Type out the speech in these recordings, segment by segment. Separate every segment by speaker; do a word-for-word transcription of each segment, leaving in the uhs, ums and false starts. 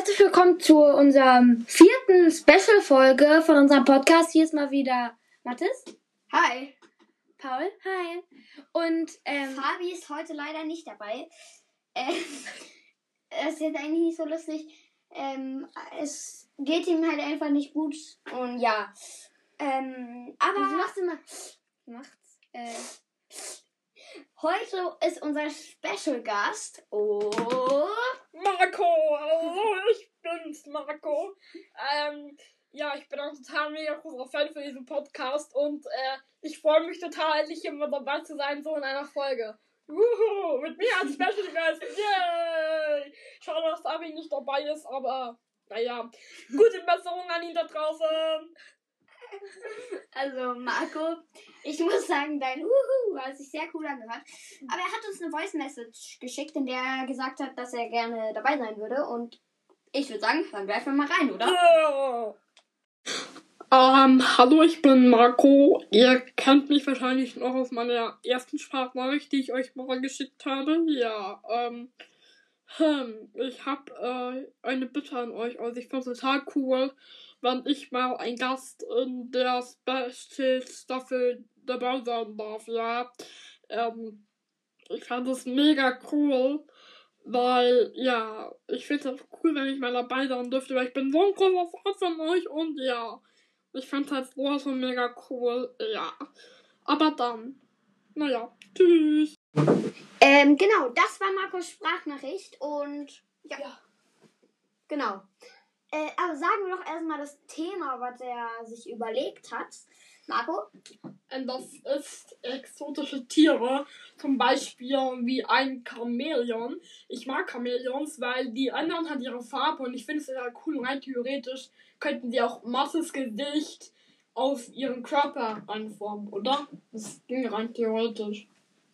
Speaker 1: herzlich willkommen zu unserem vierten Special-Folge von unserem Podcast. Hier ist mal wieder Mathis.
Speaker 2: Hi.
Speaker 1: Paul. Hi. Und ähm,
Speaker 2: Fabi ist heute leider nicht dabei. Ähm, es ist jetzt eigentlich nicht so lustig. Ähm, es geht ihm halt einfach nicht gut. Und ja. Ähm, aber...
Speaker 1: Wieso machst du immer... Macht's. Äh,
Speaker 2: Heute ist unser Special-Gast. Oh.
Speaker 3: Marco, hallo, ich bin's, Marco. Ähm, ja, ich bin auch total mega großer Fan für diesen Podcast und äh, ich freue mich total, endlich immer dabei zu sein, so in einer Folge. Wuhu, mit mir als Special Guest. Yay! Schade, dass Fabi nicht dabei ist, aber naja, gute Besserung an ihn da draußen.
Speaker 2: Also, Marco, ich muss sagen, dein Wuhu hat sich sehr cool angehört. Aber er hat uns eine Voice-Message geschickt, in der er gesagt hat, dass er gerne dabei sein würde. Und ich würde sagen, dann werfen wir mal rein, oder?
Speaker 3: Ja. Ähm, hallo, ich bin Marco. Ihr kennt mich wahrscheinlich noch aus meiner ersten Sprachnachricht, die ich euch mal geschickt habe. Ja, ähm, hm, ich habe äh, eine Bitte an euch. Also ich finde es total cool, wenn ich mal ein Gast in der Special Staffel dabei sein darf, ja. Ähm, ich fand es mega cool, weil, ja, ich finde es cool, wenn ich mal dabei sein dürfte, weil ich bin so ein großer Fan von euch und ja, ich fand es halt sowas von mega cool, ja. Aber dann, naja, tschüss.
Speaker 2: Ähm, genau, das war Marcos Sprachnachricht und ja,
Speaker 3: Ja.
Speaker 2: genau. Äh, aber sagen wir doch erstmal das Thema, was er sich überlegt hat. Marco?
Speaker 3: Und das ist exotische Tiere, zum Beispiel wie ein Chamäleon. Ich mag Chamäleons, weil die anderen haben ihre Farbe und ich finde es ja cool. Und rein theoretisch könnten die auch Masses Gesicht auf ihren Körper anformen, oder? Das ging rein theoretisch.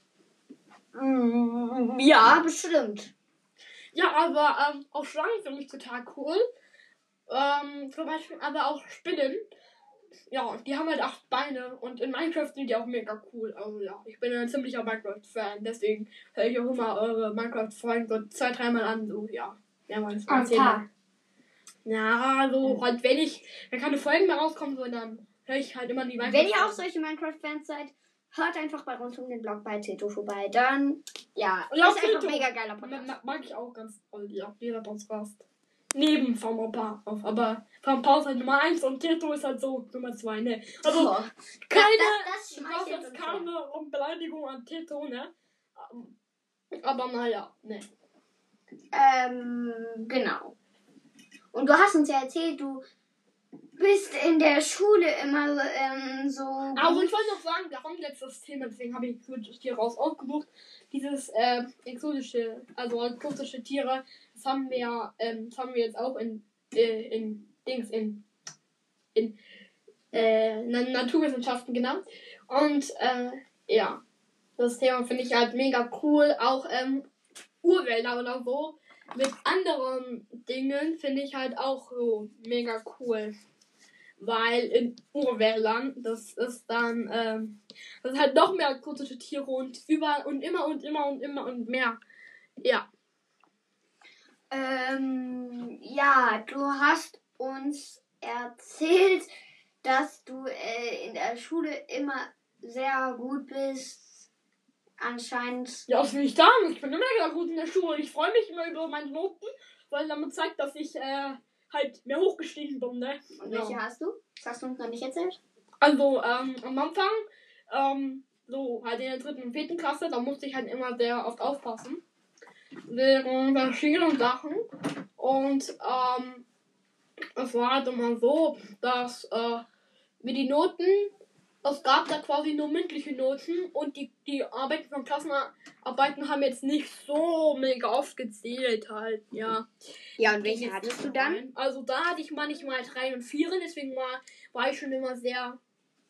Speaker 2: Mm, ja, bestimmt.
Speaker 3: Ja, aber ähm, auch Schlangen finde ich total cool. Ähm, zum Beispiel aber auch Spinnen. Ja, die haben halt acht Beine und in Minecraft sind die auch mega cool. Also ja, ich bin ein ziemlicher Minecraft-Fan, deswegen höre ich auch immer eure Minecraft-Folgen so zwei, dreimal an. So, ja, mehrmals.
Speaker 2: Am Tag.
Speaker 3: Ja, so, halt, wenn ich, wenn keine Folgen mehr rauskommen, so, dann höre ich halt immer die Minecraft.
Speaker 2: Wenn ihr auch solche Minecraft-Fans seid, hört einfach bei uns um den Blog bei Teto vorbei. Dann, ja,
Speaker 3: Ja,
Speaker 2: ist einfach
Speaker 3: Teto.
Speaker 2: mega geiler
Speaker 3: Ma-
Speaker 2: Podcast.
Speaker 3: ma- Mag ich auch ganz toll, ja, jeder Podcast. Neben vom Opa auf, aber vom Paul ist halt Nummer eins und Teto ist halt so Nummer zwei, ne? Also,
Speaker 2: Oh.
Speaker 3: keine,
Speaker 2: das, das
Speaker 3: ich mach
Speaker 2: schmeichelt
Speaker 3: jetzt
Speaker 2: uns
Speaker 3: keine Beleidigung an Teto, ne? Aber naja, ne.
Speaker 2: Ähm, genau. Und du hast uns ja erzählt, du bist in der Schule immer ähm, so...
Speaker 3: Also ich wollte noch sagen, warum letztes Thema, deswegen habe ich exotische Tiere raus ausgesucht. Dieses äh, exotische, also exotische Tiere, das haben wir, ähm, das haben wir jetzt auch in, äh, in Dings, in, in äh, Na- Naturwissenschaften genannt. Und äh, ja, das Thema finde ich halt mega cool. Auch ähm, Urwälder oder so mit anderen Dingen finde ich halt auch so mega cool. Weil in Urwäldern, das ist dann, ähm, das ist halt noch mehr exotische Tiere und überall und immer und immer und immer und mehr. Ja.
Speaker 2: Ähm, ja, du hast uns erzählt, dass du äh, in der Schule immer sehr gut bist. Anscheinend.
Speaker 3: Ja, was will ich sagen? Ich bin immer mega gut in der Schule. Ich freue mich immer über meine Noten, weil damit zeigt, dass ich äh, halt mehr hochgestiegen bin, ne?
Speaker 2: Und welche
Speaker 3: Ja.
Speaker 2: hast du? Das hast du uns noch nicht erzählt?
Speaker 3: Also, ähm, am Anfang, ähm, so halt in der dritten und vierten Klasse, da musste ich halt immer sehr oft aufpassen. Wegen verschiedenen Sachen. Und, ähm, es war halt immer so, dass, äh, wir die Noten, es gab da quasi nur mündliche Noten und die, die Arbeiten von Klassenarbeiten haben jetzt nicht so mega oft gezählt halt, ja.
Speaker 2: Ja, und welche hattest du dann?
Speaker 3: Also da hatte ich manchmal drei und vier, deswegen war, war ich schon immer sehr...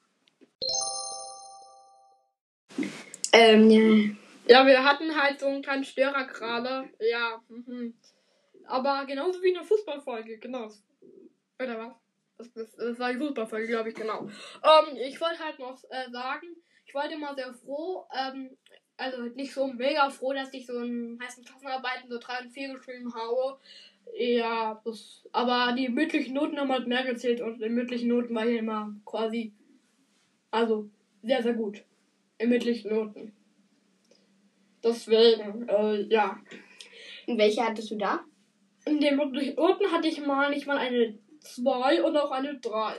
Speaker 2: Ähm, ja.
Speaker 3: Ja, wir hatten halt so einen kleinen Störer gerade, ja. Mhm. Aber genauso wie eine Fußballfolge, genau. Oder was? Das, das, das war die Fußballfolge, glaube ich, genau. Ähm, ich wollte halt noch äh, sagen, ich war immer sehr froh, ähm, also nicht so mega froh, dass ich so einen heißen Klassenarbeiten so drei und vier geschrieben habe. Ja, das, aber die mündlichen Noten haben halt mehr gezählt und die mündlichen Noten war hier immer quasi, also sehr, sehr gut. In mündlichen Noten. Deswegen, äh, ja.
Speaker 2: Und welche hattest du da?
Speaker 3: In den mündlichen Noten hatte ich mal nicht mal eine zwei und auch eine drei.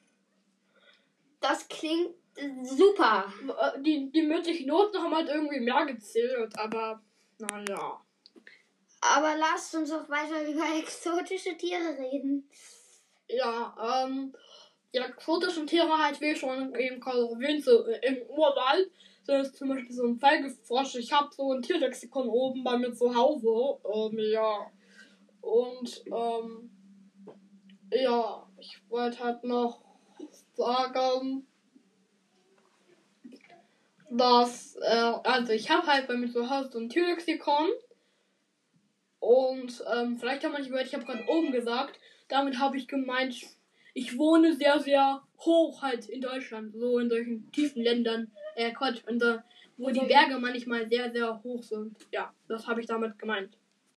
Speaker 2: Das klingt super.
Speaker 3: Die, die mündlichen Noten haben halt irgendwie mehr gezählt, aber naja.
Speaker 2: Aber lasst uns auch weiter über exotische Tiere reden.
Speaker 3: Ja, ähm, die exotischen Tiere halt, wie schon eben gerade erwähnt, so im Urwald. So ist zum Beispiel so ein Felgefrosch. Ich habe so ein Tierlexikon oben bei mir zu Hause. Ähm, ja. Und, ähm, ja, ich wollte halt noch sagen, dass, äh, also ich habe halt bei mir zu Hause so ein Tierlexikon. Und, ähm, vielleicht haben manche gehört, ich habe gerade oben gesagt, damit habe ich gemeint, ich wohne sehr, sehr hoch halt in Deutschland, so in solchen tiefen Ländern, äh, Quatsch, in der, wo die Berge manchmal sehr, sehr hoch sind. Ja, das habe ich damit gemeint.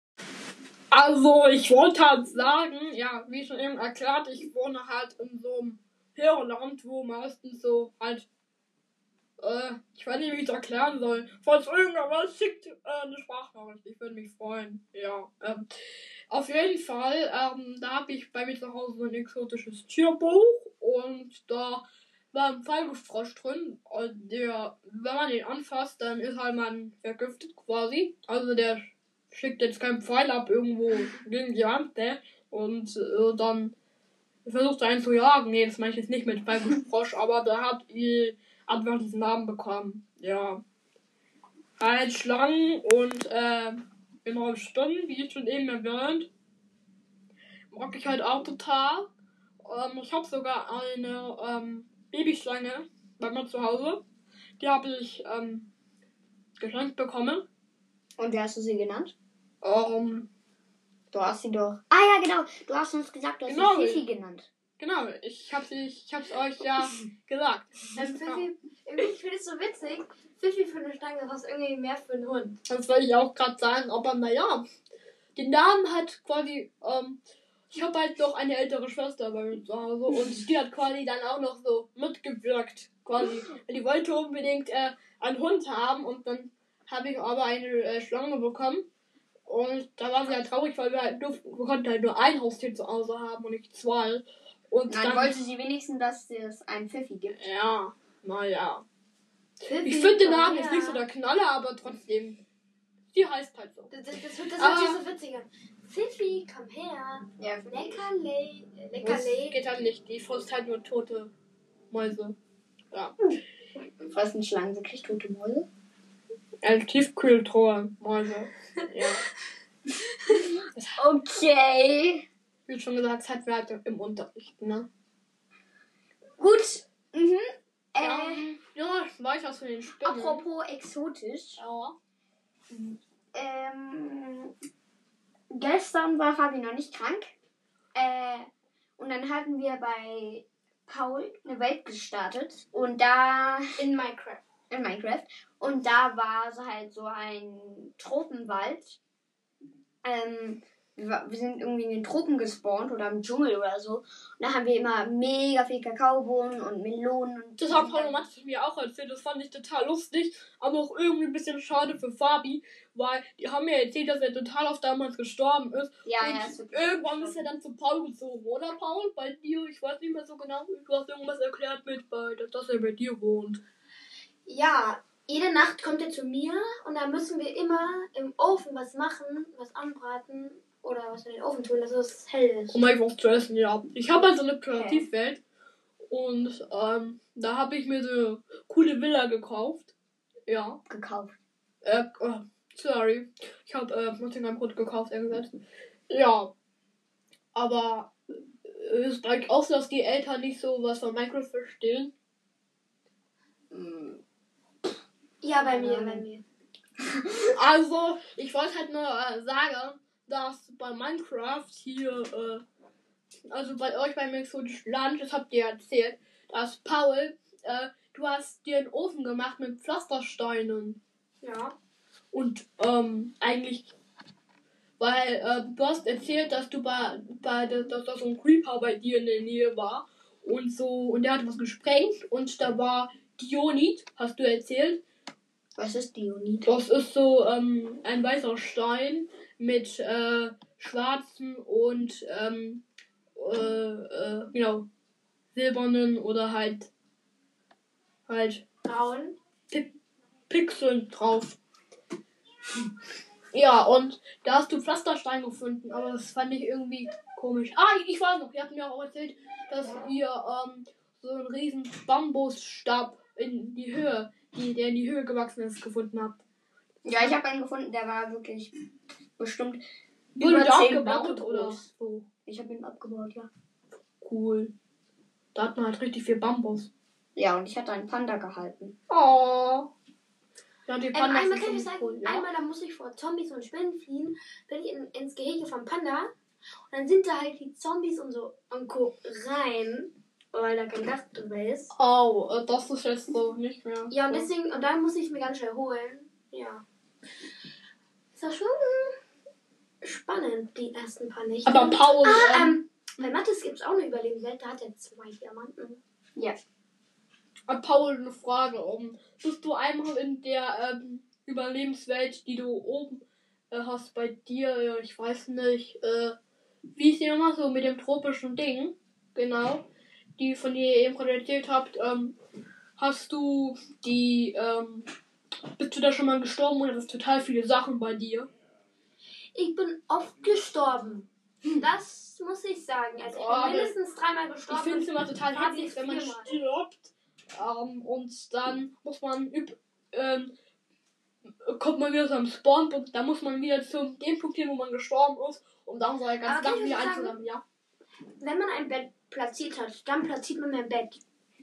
Speaker 3: Also, ich wollte halt sagen, ja, wie schon eben erklärt, ich wohne halt in so einem höheren Land, wo meistens so halt, äh, ich weiß nicht, wie ich es erklären soll. Falls irgendwas schickt, äh, eine Sprachnachricht, ich würde mich freuen. Ja, ähm, auf jeden Fall, ähm, da habe ich bei mir zu Hause so ein exotisches Tierbuch und da war ein Felgefrosch drin. Und der, wenn man den anfasst, dann ist halt man vergiftet quasi. Also der schickt jetzt keinen Pfeil ab irgendwo gegen die Wand, ne? Und äh, dann versucht er einen zu jagen. Nee, das meine ich jetzt nicht mit Felgefrosch, aber der hat ihn einfach diesen Namen bekommen. Ja. Halt Schlangen und äh, genau Spinnen, wie ich schon eben erwähnt. Mag ich halt auch total. Ähm, ich habe sogar eine ähm, Babyschlange bei mir zu Hause. Die habe ich ähm, geschenkt bekommen.
Speaker 2: Und wie hast du sie genannt?
Speaker 3: Ähm,
Speaker 2: Du hast sie doch. Ah ja, genau. Du hast uns gesagt, du hast
Speaker 3: Genau.
Speaker 2: sie Fifi genannt.
Speaker 3: genau, ich habe ich hab's euch ja gesagt.
Speaker 1: Also Fifi, ich finde es so witzig. Fifi für eine Schlange, was irgendwie mehr für einen Hund.
Speaker 3: Das wollte ich auch gerade sagen, aber naja, den Namen hat quasi, ähm, ich habe halt noch eine ältere Schwester bei mir zu Hause und die hat quasi dann auch noch so mitgewirkt, quasi. Und die wollte unbedingt äh, einen Hund haben und dann habe ich aber eine äh, Schlange bekommen und da war sie halt traurig, weil wir halt durften, wir konnten halt nur ein Haustier zu Hause haben und nicht zwei. Und
Speaker 2: Dann
Speaker 3: dann
Speaker 2: wollte sie wenigstens, dass es einen Pfiffi gibt.
Speaker 3: Ja, naja.
Speaker 1: Pfiffi,
Speaker 3: Ich finde den
Speaker 1: komm
Speaker 3: Namen
Speaker 1: her.
Speaker 3: jetzt nicht so der Knaller, aber trotzdem, die heißt halt so.
Speaker 1: Das, das, das, das
Speaker 3: Aber-
Speaker 1: hört sich so witzig an. Pfiffi, komm her.
Speaker 2: Ja,
Speaker 1: Leckerle.
Speaker 3: Das
Speaker 1: Leckerle.
Speaker 3: geht halt nicht, die frisst halt nur tote Mäuse. Ja.
Speaker 2: fressen Schlangen wirklich tote Mäuse?
Speaker 3: Eine Tiefkühltruhe Mäuse. Ja.
Speaker 2: Okay.
Speaker 3: Wie schon gesagt, das hatten wir halt im Unterricht, ne?
Speaker 2: Gut. Mhm.
Speaker 3: Ja,
Speaker 2: Äh,
Speaker 3: ja, war ich aus von den Spinnen.
Speaker 2: apropos exotisch.
Speaker 3: Ja.
Speaker 2: Ähm, gestern war Fabi noch nicht krank. Äh, und dann hatten wir bei Paul eine Welt gestartet. Und da
Speaker 1: In Minecraft.
Speaker 2: in Minecraft. Und da war so halt so ein Tropenwald. Ähm, wir, wa- wir sind irgendwie in den Tropen gespawnt oder im Dschungel oder so. Und da haben wir immer mega viel Kakaobohnen und Melonen. Und
Speaker 3: Das hat Paul Mathe mir auch erzählt, das fand ich total lustig, aber auch irgendwie ein bisschen schade für Fabi, weil die haben mir erzählt, dass er total auf damals gestorben ist.
Speaker 2: Ja,
Speaker 3: und
Speaker 2: ja, ist wirklich
Speaker 3: irgendwann
Speaker 2: schlimm.
Speaker 3: ist er dann zu Paul gezogen, oder Paul? Bei dir, ich weiß nicht mehr so genau, du hast irgendwas erklärt mit, bei, dass er bei dir wohnt.
Speaker 1: Ja, jede Nacht kommt er zu mir und dann müssen wir immer im Ofen was machen, was anbraten oder was in den Ofen tun, dass es hell ist.
Speaker 3: Um einfach was zu essen, ja. Ich habe also eine Kreativwelt und ähm, da habe ich mir so eine coole Villa gekauft. Ja.
Speaker 2: gekauft.
Speaker 3: Äh, oh, sorry. Ich habe äh, Nottingham Brot gekauft, eher gesagt. Ja. Aber äh, es ist eigentlich auch so, dass die Eltern nicht so was von Minecraft verstehen.
Speaker 2: Mm,
Speaker 1: Ja, bei mir,
Speaker 2: Ähm.
Speaker 1: bei mir.
Speaker 3: Also, ich wollte halt nur äh, sagen, dass bei Minecraft hier, äh, also bei euch beim exotischen Land, das habt ihr erzählt, dass Paul, äh, du hast dir einen Ofen gemacht mit Pflastersteinen.
Speaker 1: Ja.
Speaker 3: Und ähm, eigentlich weil äh, du hast erzählt, dass du bei, bei dass da so ein Creeper bei dir in der Nähe war und so und der hat was gesprengt und da war Dionit, hast du erzählt.
Speaker 2: Was ist Dionit?
Speaker 3: Das ist so ähm, ein weißer Stein mit äh, schwarzen und ähm, äh, äh, genau silbernen oder halt halt
Speaker 1: Braun.
Speaker 3: Pi- Pixeln drauf. Ja, und da hast du Pflasterstein gefunden, aber das fand ich irgendwie komisch. Ah, ich, ich weiß noch, ihr habt mir auch erzählt, dass ihr ähm, so einen riesen Bambusstab in die Höhe, die, der in die Höhe gewachsen ist, gefunden habt.
Speaker 2: Ja, ich habe einen gefunden, der war wirklich bestimmt
Speaker 3: Wurde
Speaker 2: über
Speaker 3: der
Speaker 2: zehn
Speaker 3: abgebaut
Speaker 2: Blöcke
Speaker 3: oder
Speaker 2: groß.
Speaker 3: so?
Speaker 2: Ich habe ihn abgebaut, ja.
Speaker 3: Cool. Da hat man halt richtig viel Bambus.
Speaker 2: Ja, und ich hatte einen Panda gehalten.
Speaker 3: Oh. Ja, die
Speaker 1: Ähm,
Speaker 3: Pandas
Speaker 1: einmal
Speaker 3: sind
Speaker 1: kann ich
Speaker 3: ziemlich
Speaker 1: sagen,
Speaker 3: cool, ja.
Speaker 1: einmal da muss ich vor Zombies und Spinnen fliehen, bin ich in, ins Gehege vom Panda und dann sind da halt die Zombies und so und Co. rein, weil da kein Dach drüber ist.
Speaker 3: Oh, äh, das ist jetzt so nicht mehr.
Speaker 1: Ja, und
Speaker 3: so.
Speaker 1: deswegen, und dann muss ich mir ganz schnell holen. Ja. Ist ja schon spannend, die ersten paar Nächte.
Speaker 3: Aber Paul,
Speaker 1: Ah,
Speaker 3: ähm,
Speaker 1: ähm, bei Mathis gibt es auch eine Überlebenswelt, da hat er zwei Diamanten.
Speaker 2: Ja.
Speaker 3: äh, Paul, eine Frage. Um, bist du einmal in der ähm, Überlebenswelt, die du oben äh, hast bei dir, ja, ich weiß nicht, äh, wie ist die nochmal so mit dem tropischen Ding? Genau. Die von dir eben gerade erzählt habt, ähm, hast du die, ähm, bist du da schon mal gestorben oder hast total viele Sachen bei dir?
Speaker 1: Ich bin oft gestorben. Das muss ich sagen. Also ich
Speaker 3: Oh,
Speaker 1: bin
Speaker 3: aber
Speaker 1: mindestens dreimal
Speaker 3: Ich
Speaker 1: gestorben.
Speaker 3: finde es immer total
Speaker 1: Fabio
Speaker 3: heftig, wenn man
Speaker 1: viermal.
Speaker 3: stirbt ähm, und dann muss man üb ähm, kommt man wieder zu einem Spawnpunkt, da muss man wieder zu dem Punkt hin, wo man gestorben ist, um dann seine
Speaker 1: Aber
Speaker 3: ganzen
Speaker 1: kann
Speaker 3: Sachen
Speaker 1: ich
Speaker 3: wieder
Speaker 1: was sagen?
Speaker 3: einzusammeln, ja.
Speaker 1: Wenn man ein Bett platziert hat, dann platziert man mein Bett.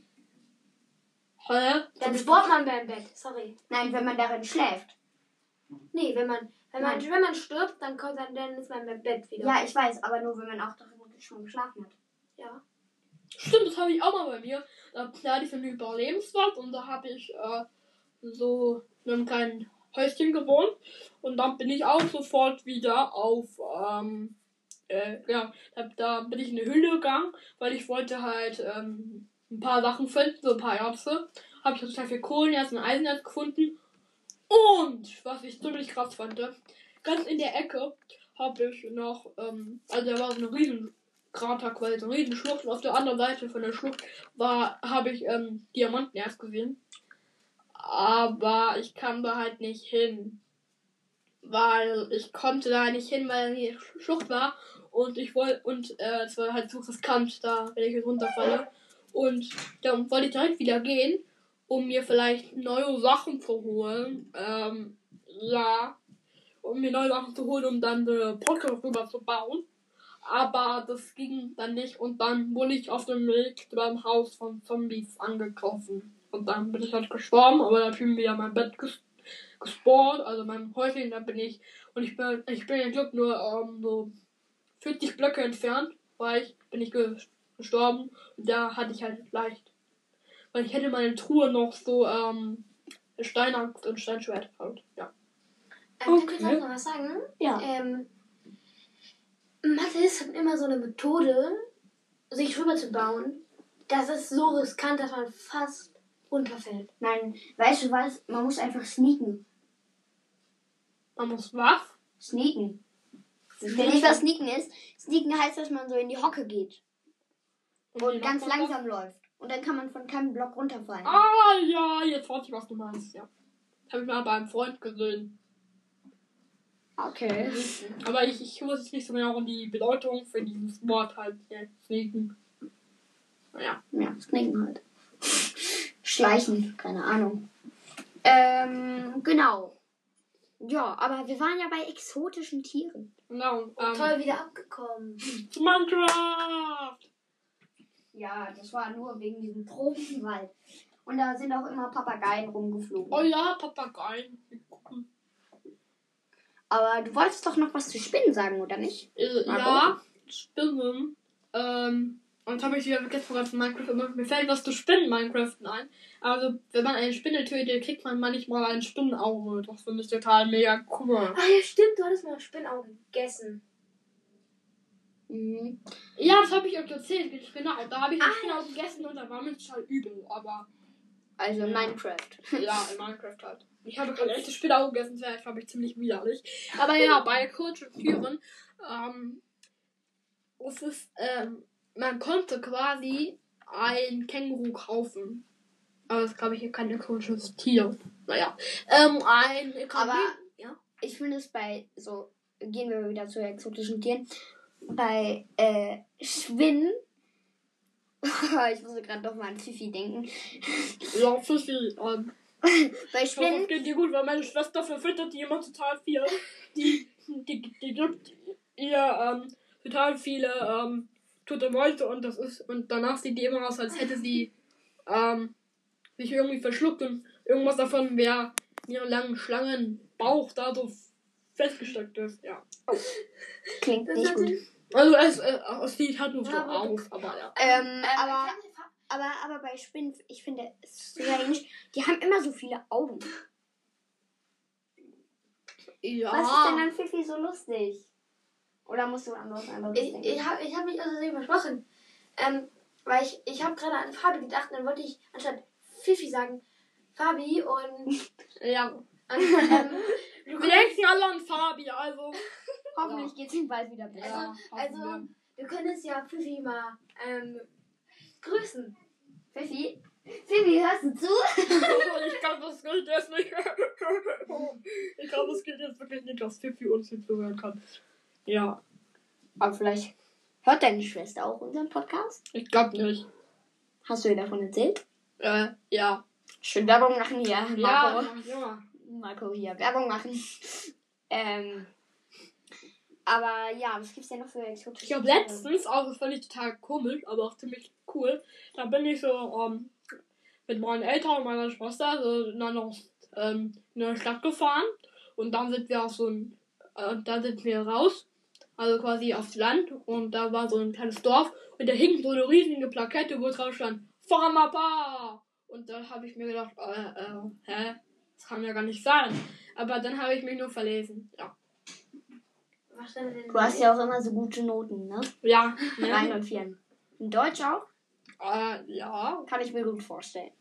Speaker 3: Hä?
Speaker 1: Dann spawnt man beim Bett. Sorry.
Speaker 2: Nein, wenn man darin schläft.
Speaker 1: Nee, wenn man, wenn man,
Speaker 2: Nein.
Speaker 1: wenn man stirbt, dann kommt dann, dann ist man beim Bett wieder.
Speaker 2: Ja, ich weiß, aber nur wenn man auch darin schon geschlafen hat.
Speaker 1: Ja.
Speaker 3: Stimmt, das habe ich auch mal bei mir. Da, da hatte ich so eine Überlebenswelt und da habe ich äh, so in einem kleinen Häuschen gewohnt und dann bin ich auch sofort wieder auf ähm, äh, ja, da, da bin ich in eine Höhle gegangen, weil ich wollte halt ähm, ein paar Sachen finden, so ein paar Erze. Habe ich total viel Kohlenerz und Eisenerz gefunden. Und, was ich ziemlich krass fand, ganz in der Ecke habe ich noch, ähm, also da war so eine riesen Krater quasi, so eine riesen Schlucht und auf der anderen Seite von der Schlucht war, habe ich ähm, Diamantenerz gesehen. Aber ich kam da halt nicht hin. Weil ich konnte da nicht hin, weil die Schlucht war. Und ich wollte, und äh, es war halt so riskant, da, wenn ich jetzt runterfalle. Und dann wollte ich direkt wieder gehen, um mir vielleicht neue Sachen zu holen. Ähm, ja. Um mir neue Sachen zu holen, um dann eine Podcast rüber zu bauen. Aber das ging dann nicht. Und dann wurde ich auf dem Weg beim Haus von Zombies angegriffen. Und dann bin ich halt gestorben, aber da fiel mir ja mein Bett ges gespawnt, also mein Häuschen, da bin ich. Und ich bin, ich bin im Glück nur ähm, so vierzig Blöcke entfernt, weil ich bin ich gestorben. Und da hatte ich halt leicht. Weil ich hätte meine Truhe noch so ähm, Steinaxt und Steinschwert halt, ja.
Speaker 1: Ähm,
Speaker 3: Okay.
Speaker 1: Kann ich jetzt noch was sagen?
Speaker 2: Ja.
Speaker 1: Ähm, Mathis hat immer so eine Methode, sich rüber zu bauen. Das ist so riskant, dass man fast runterfällt.
Speaker 2: Nein, weißt du was? Man muss einfach sneaken.
Speaker 3: Man muss was?
Speaker 2: Sneaken. Wisst ihr nicht, was sneaken ist? Sneaken heißt, dass man so in die Hocke geht
Speaker 3: Und
Speaker 2: und
Speaker 3: wie
Speaker 2: ganz
Speaker 3: macht man das?
Speaker 2: langsam läuft. Und dann kann man von keinem Block runterfallen.
Speaker 3: Ah, ja, jetzt weiß ich, was du meinst, ja. Habe ich mal bei einem Freund gesehen.
Speaker 2: Okay.
Speaker 3: Aber ich, ich wusste jetzt nicht so genau die Bedeutung für dieses Wort halt, ja, sneaken. Naja.
Speaker 2: Ja, sneaken halt. Schleichen, keine Ahnung. Ähm, genau. Ja, aber wir waren ja bei exotischen Tieren.
Speaker 3: Genau. Ähm,
Speaker 1: Toll, wieder abgekommen.
Speaker 3: Minecraft!
Speaker 2: Ja, das war nur wegen diesem Tropenwald. Und da sind auch immer Papageien rumgeflogen.
Speaker 3: Oh ja, Papageien.
Speaker 2: Aber du wolltest doch noch was zu Spinnen sagen, oder nicht?
Speaker 3: Äh,
Speaker 2: Marco?
Speaker 3: ja, Spinnen. Ähm, Und jetzt habe ich wieder vergessen, woran von Minecraft immer. Mir fällt was zu Spinnen Minecraft ein. Also, wenn man eine Spinne tötet, kriegt man manchmal ein Spinnenauge. Das finde ich total mega cool.
Speaker 1: Ach ja, stimmt, du hattest mal Spinnaugen gegessen.
Speaker 3: Mhm. Ja, das habe ich euch erzählt. Genau, da habe ich ein
Speaker 1: Ah,
Speaker 3: Spinnenauge gegessen und da war mir total übel. Aber
Speaker 2: Also in
Speaker 3: Ja.
Speaker 2: Minecraft.
Speaker 3: ja, in Minecraft halt. Ich habe kein echtes Spinnenauge gegessen, das wäre, glaube ich, ziemlich widerlich. Aber ja, bei exotischen Tieren, ähm, es ist, ähm, man konnte quasi ein Känguru kaufen. Aber das ist, glaube ich, kein exotisches Tier. Naja. Ähm, ein
Speaker 2: Aber
Speaker 3: ja.
Speaker 2: ich finde es bei so, gehen wir wieder zu exotischen Tieren, bei äh, Schwinnen, ich musste gerade doch mal an Fifi denken,
Speaker 3: Ja, Fifi. Ähm,
Speaker 2: bei
Speaker 3: ich hoffe,
Speaker 2: Schwinnen,
Speaker 3: es geht dir gut, weil meine Schwester verfüttert die immer total viel. Die, die, die gibt ihr ähm, total viele ähm, tote Mäuse und das ist und danach sieht die immer aus, als hätte sie ähm, sich irgendwie verschluckt und irgendwas davon wäre in ihrem langen Schlangenbauch da so festgesteckt ist. Ja.
Speaker 2: klingt
Speaker 1: Das
Speaker 2: nicht
Speaker 1: hat
Speaker 2: gut.
Speaker 1: den-
Speaker 3: Also es, äh, es sieht halt nur so
Speaker 1: Ja, aber-
Speaker 3: aus, aber ja.
Speaker 2: Ähm,
Speaker 1: Ähm,
Speaker 2: aber,
Speaker 1: ich hab-
Speaker 2: aber, aber bei Spinnen, ich finde es strange, die haben immer so viele Augen.
Speaker 3: Ja.
Speaker 2: Was ist denn an Fifi so lustig? Oder musst du an was anderes
Speaker 1: Ich,
Speaker 2: denken?
Speaker 1: ich habe ich hab mich aus Versehen versprochen. Ähm, weil ich, ich habe gerade an Fabi gedacht und dann wollte ich anstatt Fifi sagen, Fabi und,
Speaker 3: Ja.
Speaker 1: und ähm, du
Speaker 3: Wir denken alle an Fabi, also.
Speaker 2: Hoffentlich geht's ihm bald wieder besser.
Speaker 3: Ja,
Speaker 1: also,
Speaker 3: hoffen
Speaker 1: du könntest ja Fifi mal ähm, grüßen.
Speaker 2: Fifi? Fifi, hörst du zu?
Speaker 3: wir. Ich glaube, das gilt jetzt nicht. Ich glaube, es gilt jetzt wirklich nicht, dass Fifi uns hier zuhören kann. Ja,
Speaker 2: Aber vielleicht hört deine Schwester auch unseren Podcast?
Speaker 3: ich glaube nicht.
Speaker 2: Hast du ihr davon erzählt?
Speaker 3: Äh, ja.
Speaker 2: Schön Werbung machen hier, Marco.
Speaker 3: Ja, ja.
Speaker 2: Marco hier, Werbung machen. ähm, aber ja, was gibt's denn noch für exotische
Speaker 3: Ich habe
Speaker 2: Tiere?
Speaker 3: letztens, auch das fand ich total komisch, aber auch ziemlich cool, da bin ich so ähm, mit meinen Eltern und meiner Schwester so in einer, ähm, in eine Stadt gefahren und dann sind wir auf so ein, äh, da sind wir raus, also quasi aufs Land und da war so ein kleines Dorf und da hing so eine riesige Plakette, wo drauf stand Farmapa und da habe ich mir gedacht, äh, äh, hä, das kann ja gar nicht sein, aber dann habe ich mich nur verlesen, ja.
Speaker 1: Was stand denn
Speaker 2: Du hast ja auch immer so gute Noten, ne?
Speaker 3: Ja,
Speaker 2: Nein
Speaker 3: ne?
Speaker 2: und Vieren. In Deutsch auch?
Speaker 3: Äh, ja.
Speaker 2: Kann ich mir gut vorstellen.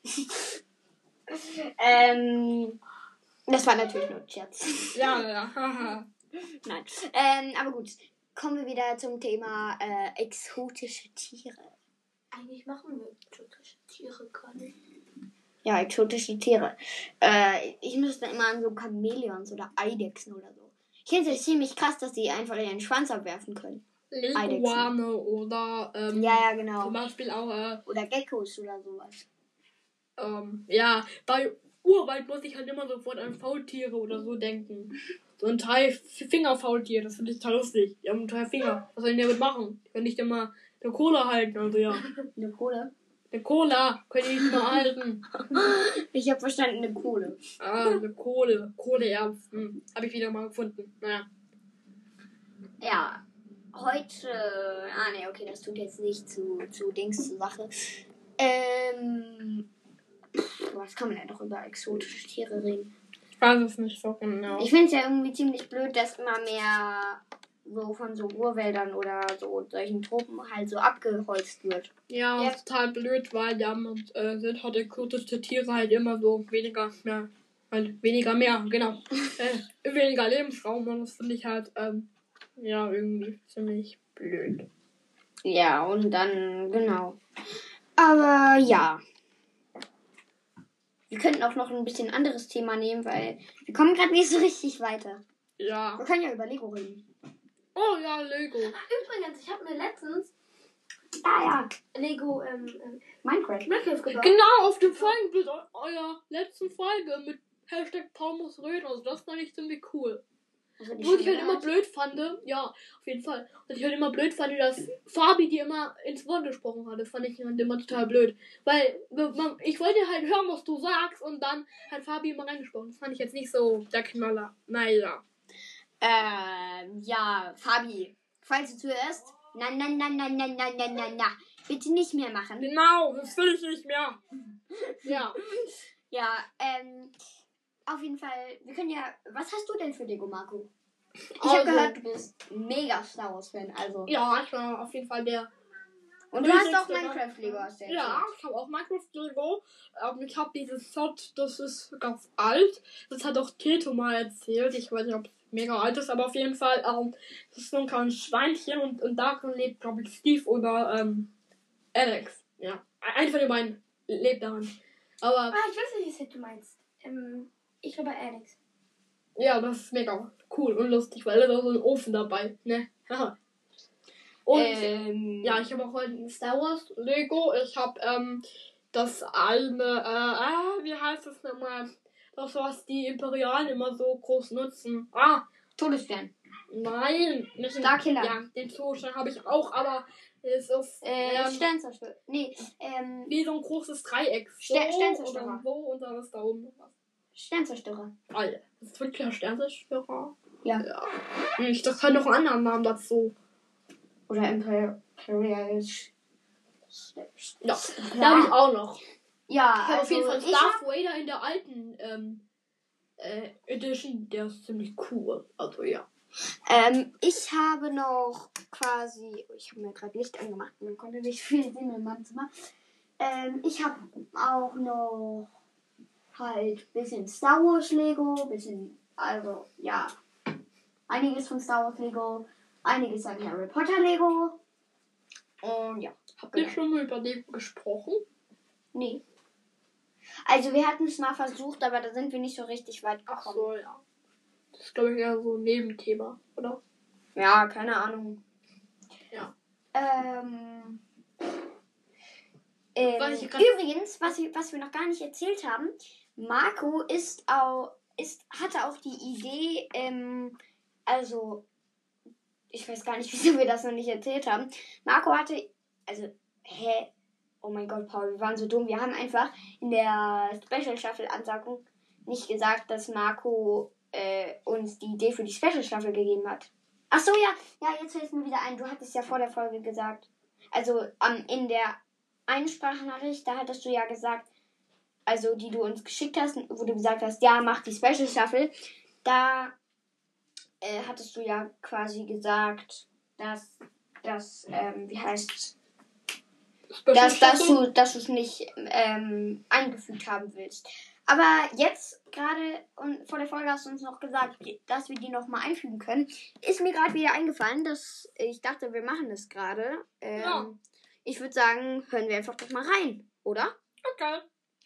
Speaker 2: ähm, das war natürlich nur ein Scherz.
Speaker 3: Ja, ja, haha.
Speaker 2: Nein. Ähm, aber gut. Kommen wir wieder zum Thema äh, exotische Tiere.
Speaker 1: Eigentlich machen wir exotische Tiere gar nicht.
Speaker 2: Ja, exotische Tiere. Äh, ich müsste immer an so Chamäleons oder Eidechsen oder so. Ich finde es ziemlich krass, dass die einfach ihren Schwanz abwerfen können.
Speaker 3: Leguane oder ähm,
Speaker 2: Ja, ja,
Speaker 3: zum
Speaker 2: genau.
Speaker 3: Beispiel auch äh,
Speaker 2: Oder Geckos oder sowas.
Speaker 3: ähm, ja, bei Urwald muss ich halt immer sofort an Faultiere oder so denken. So ein Drei-Finger-Faultier, das finde ich total lustig. Die haben drei Finger. Was sollen die damit machen? Die können nicht immer eine Cola halten, also ja.
Speaker 2: Eine Kohle?
Speaker 3: Eine Cola können die nicht mehr halten.
Speaker 2: Ich habe verstanden, eine Kohle.
Speaker 3: Ah, eine Kohle. Kohleerz. Hm, habe ich wieder mal gefunden. Naja.
Speaker 2: Ja, heute. Ah, ne, okay, das tut jetzt nicht zu, zu Dings zur Sache. Ähm. Was kann man denn noch über exotische Tiere reden?
Speaker 3: Ich weiß es nicht so genau.
Speaker 2: Ich finde es ja irgendwie ziemlich blöd, dass immer mehr so von so Urwäldern oder so solchen Tropen halt so abgeholzt wird.
Speaker 3: Ja,
Speaker 1: Ja.
Speaker 3: ist total blöd, weil ja äh, sind halt exotische Tiere halt immer so weniger mehr, halt weniger mehr, genau. äh, weniger Lebensraum und das finde ich halt, ähm, ja, irgendwie ziemlich blöd.
Speaker 2: Ja, und dann, genau. Aber ja. Wir könnten auch noch ein bisschen anderes Thema nehmen, weil wir kommen gerade nicht so richtig weiter.
Speaker 3: Ja.
Speaker 2: Wir können ja über Lego reden.
Speaker 3: Oh ja, Lego.
Speaker 1: Übrigens, ich habe mir letztens
Speaker 2: Ah ja,
Speaker 1: Lego ähm, ähm,
Speaker 2: Minecraft.
Speaker 1: Minecraft gebaut.
Speaker 3: Genau, auf dem Folgenbild eu- eurer letzten Folge mit Hashtag Paul muss reden, also das fand ich ziemlich cool.
Speaker 2: Also die
Speaker 3: Wo ich halt
Speaker 2: Schöne
Speaker 3: immer
Speaker 2: hat-
Speaker 3: blöd fand, ja, auf jeden Fall. Und ich halt immer blöd fand, dass Fabi die immer ins Wort gesprochen hat. Das fand ich halt immer total blöd. Weil man, ich wollte halt hören, was du sagst und dann hat Fabi immer reingesprochen. Das fand ich jetzt nicht so der Knaller. Naja.
Speaker 2: Ähm, ja, Fabi, falls du zuhörst, na, na, na, na, na, na, na, na, na. bitte nicht mehr machen.
Speaker 3: Genau, das will ich nicht mehr. Ja.
Speaker 2: Ja, ähm, auf jeden Fall, wir können ja, was hast du denn für Lego, Marco? Ich
Speaker 3: Also-
Speaker 2: habe gehört, du bist mega Star Wars Fan, also.
Speaker 3: Ja, ich war auf jeden Fall der.
Speaker 2: Und du hast auch
Speaker 3: Riesigste,
Speaker 2: Minecraft Lego, hast du
Speaker 3: Ja,
Speaker 2: erzählt.
Speaker 3: ich habe auch Minecraft Lego. Ähm, ich habe dieses Set, das ist ganz alt. Das hat auch Tito mal erzählt. Ich weiß nicht, ob es mega alt ist, aber auf jeden Fall, ähm, das ist so ein kleines Schweinchen und, und darin lebt, glaube ich, Steve oder ähm, Alex. Ja, einer von den beiden lebt daran. Aber
Speaker 1: Ah, ich weiß nicht, was du meinst. Ähm, ich glaube Alex.
Speaker 3: ja, das ist mega cool und lustig, weil da ist auch so ein Ofen dabei, ne? Haha. Und
Speaker 2: ähm,
Speaker 3: ja, ich habe auch heute ein Star Wars Lego. Ich habe ähm, das eine, äh, ah, wie heißt das nochmal? Das, was die Imperialen immer so groß nutzen. Ah,
Speaker 2: Todesstern.
Speaker 3: nein, nicht den-
Speaker 2: Starkiller.
Speaker 3: Ja, den Todesstern habe ich auch, aber es ist
Speaker 2: Äh,
Speaker 3: ähm,
Speaker 2: Sternzerstörer. Nee, ähm,
Speaker 3: wie so ein großes Dreieck. So
Speaker 2: Ster- Sternzerstörer.
Speaker 3: oder so und dann ist da oben noch was.
Speaker 2: Sternzerstörer.
Speaker 3: Alter, das ist wirklich ein Sternzerstörer.
Speaker 2: Ja.
Speaker 3: Ja. Ich dachte halt noch einen anderen Namen dazu.
Speaker 2: Oder Imperial. Imperial.
Speaker 3: Ja, da habe ich auch noch.
Speaker 2: Ja,
Speaker 3: Ich habe auf jeden Fall
Speaker 2: also ich
Speaker 3: Darth Vader in der alten ähm, äh, Edition. Der ist ziemlich cool. Also ja.
Speaker 2: Ähm, ich habe noch quasi, oh, ich habe mir gerade Licht angemacht, man konnte nicht viel sehen in meinem Zimmer. Ähm, ich habe auch noch halt bisschen Star Wars Lego, bisschen, also ja, einiges von Star Wars Lego, einiges an Harry Potter Lego. Und ja,
Speaker 3: Habt ihr
Speaker 2: genau.
Speaker 3: schon mal über Lego gesprochen?
Speaker 2: Nee. Also wir hatten es mal versucht, aber da sind wir nicht so richtig weit
Speaker 3: Ach
Speaker 2: gekommen.
Speaker 3: so, ja. Das ist, glaube ich, eher so ein Nebenthema, oder?
Speaker 2: Ja, keine Ahnung.
Speaker 3: Ja.
Speaker 2: Ähm, ähm,
Speaker 3: Was ich grad-
Speaker 2: übrigens, was, ich, was wir noch gar nicht erzählt haben, Marco ist auch, ist, hatte auch die Idee, ähm, also, ich weiß gar nicht, wieso wir das noch nicht erzählt haben. Marco hatte, also, hä? Oh mein Gott, Paul, wir waren so dumm. Wir haben einfach in der Special-Staffel-Ansagung nicht gesagt, dass Marco äh, uns die Idee für die Special-Staffel gegeben hat. Ach so, ja, ja, jetzt fällt es mir wieder ein. Du hattest ja vor der Folge gesagt, also ähm, in der einen Sprachnachricht, da hattest du ja gesagt, also die du uns geschickt hast, wo du gesagt hast, ja, mach die Special-Staffel, da äh, hattest du ja quasi gesagt, dass, dass ähm, wie heißt dass, dass du dass du es nicht ähm, eingefügt haben willst. Aber jetzt gerade und vor der Folge hast du uns noch gesagt, dass wir die nochmal einfügen können. Ist mir gerade wieder eingefallen, dass ich dachte, wir machen das gerade. Ähm,
Speaker 3: Ja.
Speaker 2: Ich würde sagen, hören wir einfach doch mal rein, oder?
Speaker 3: Okay.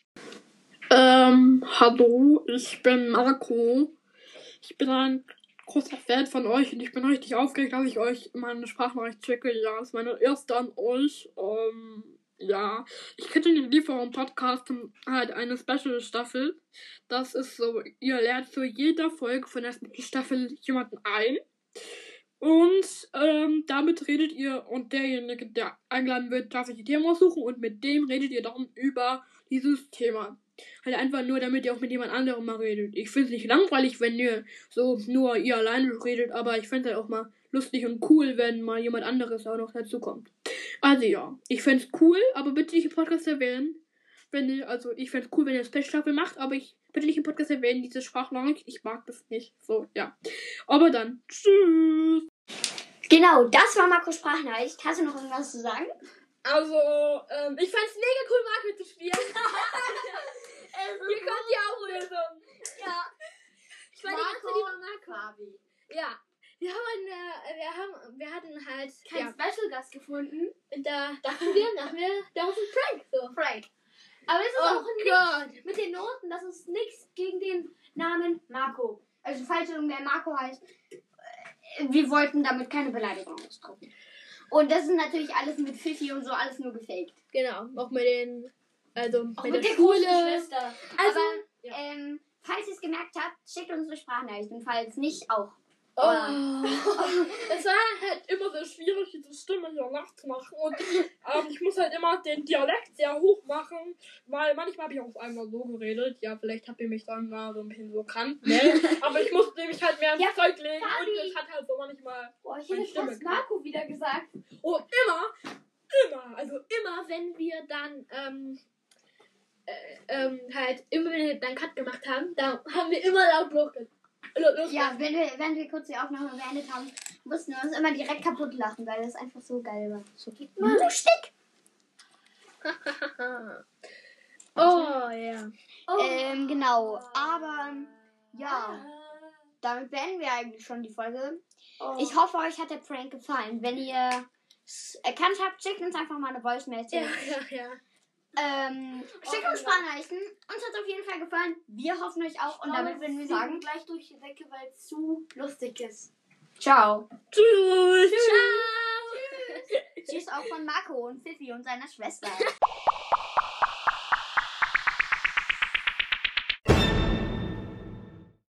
Speaker 3: Ähm, hallo, ich bin Marco. Ich bin ein großer Fan von euch und ich bin richtig aufgeregt, dass ich euch meine Sprachnachricht schicke. Ja, das ist meine erste an euch. Ähm, ja, ich kriege in dem Lieferung-Podcast halt eine Special-Staffel. Das ist so, ihr lernt zu jeder Folge von der Staffel jemanden ein. Und ähm, damit redet ihr und derjenige, der eingeladen wird, darf sich die Themen aussuchen und mit dem redet ihr dann über dieses Thema. Halt einfach nur, damit ihr auch mit jemand anderem mal redet. Ich finde es nicht langweilig, wenn ihr so nur ihr alleine redet, aber ich finde es halt auch mal lustig und cool, wenn mal jemand anderes auch noch dazu kommt. Also ja, ich fände es cool, aber bitte nicht im Podcast erwähnen. Wenn ihr, also ich fände es cool, wenn ihr Special-Staffel macht, aber ich bitte nicht im Podcast erwähnen, diese Sprachnachricht. Ich mag das nicht. So, ja. Aber dann, tschüss.
Speaker 2: Genau, das war Marcos Sprachnachricht. Hast du noch irgendwas zu sagen?
Speaker 3: Also, ähm, ich fand's mega cool, Marco zu spielen. Ihr könnt ja auch lösen. Ja. Ich war die ganze Zeit über Marco.
Speaker 1: Fabi.
Speaker 3: Ja. Wir haben eine, wir haben, wir hatten halt,
Speaker 1: Kein
Speaker 3: ja,
Speaker 1: Special-Gast gefunden.
Speaker 3: und da dachten wir, dachten wir, das ist ein Prank, so.
Speaker 1: Frank. Aber es ist
Speaker 3: Oh
Speaker 1: auch ein Nick mit den Noten. Das ist nichts gegen den Namen Marco.
Speaker 2: Also, falls irgendwer Marco heißt, äh, wir wollten damit keine Beleidigung ausdrücken. Und das ist natürlich alles mit Fifi und so, alles nur gefaked.
Speaker 3: Genau, auch mit den, also
Speaker 1: Auch
Speaker 3: mit,
Speaker 1: mit
Speaker 3: der,
Speaker 1: der
Speaker 3: Schule.
Speaker 1: großen Schwester.
Speaker 3: Also,
Speaker 2: Aber,
Speaker 3: ja.
Speaker 2: ähm, falls ihr es gemerkt habt, schickt uns eine Sprachnachricht. Und falls nicht, auch.
Speaker 3: Oh. Es war halt immer sehr schwierig, diese Stimme hier nachzumachen. Und ähm, ich muss halt immer den Dialekt sehr hoch machen, weil manchmal habe ich auch einmal so geredet. Ja, vielleicht habt ihr mich dann mal so ein bisschen so kannt, ne? Aber ich musste nämlich halt mehr ins
Speaker 1: Ja,
Speaker 3: Zeug legen
Speaker 1: Fabi.
Speaker 3: und es hat halt so manchmal.
Speaker 1: Boah, ich
Speaker 3: Meine
Speaker 1: hätte
Speaker 3: Stimme
Speaker 1: fast Marco wieder gesagt.
Speaker 3: Und immer,
Speaker 4: immer, also immer, wenn wir dann, ähm, äh, ähm, halt, immer wenn wir dann Cut gemacht haben, da haben wir immer laut losgelassen.
Speaker 2: Ja, wenn wir, wenn wir kurz die Aufnahme beendet haben, mussten wir uns immer direkt kaputt lachen, weil das einfach so geil war. So lustig.
Speaker 4: Oh, ja.
Speaker 1: Oh.
Speaker 2: Ähm, genau. Aber, ja, damit beenden wir eigentlich schon die Folge.
Speaker 1: Oh.
Speaker 2: Ich hoffe, euch hat der Prank gefallen. Wenn ihr es erkannt habt, schickt uns einfach mal eine Voice Message.
Speaker 4: Ja, ja, ja.
Speaker 2: Ähm, schickt uns Sprachnachrichten. Uns hat es auf jeden Fall gefallen. Wir hoffen euch auch. Und damit würden wir sagen,
Speaker 1: gleich durch die Decke, weil es zu lustig ist.
Speaker 2: ciao.
Speaker 4: Tschüss.
Speaker 2: Ciao. Tschüss. Tschüss auch von Marco und Fifi und seiner Schwester.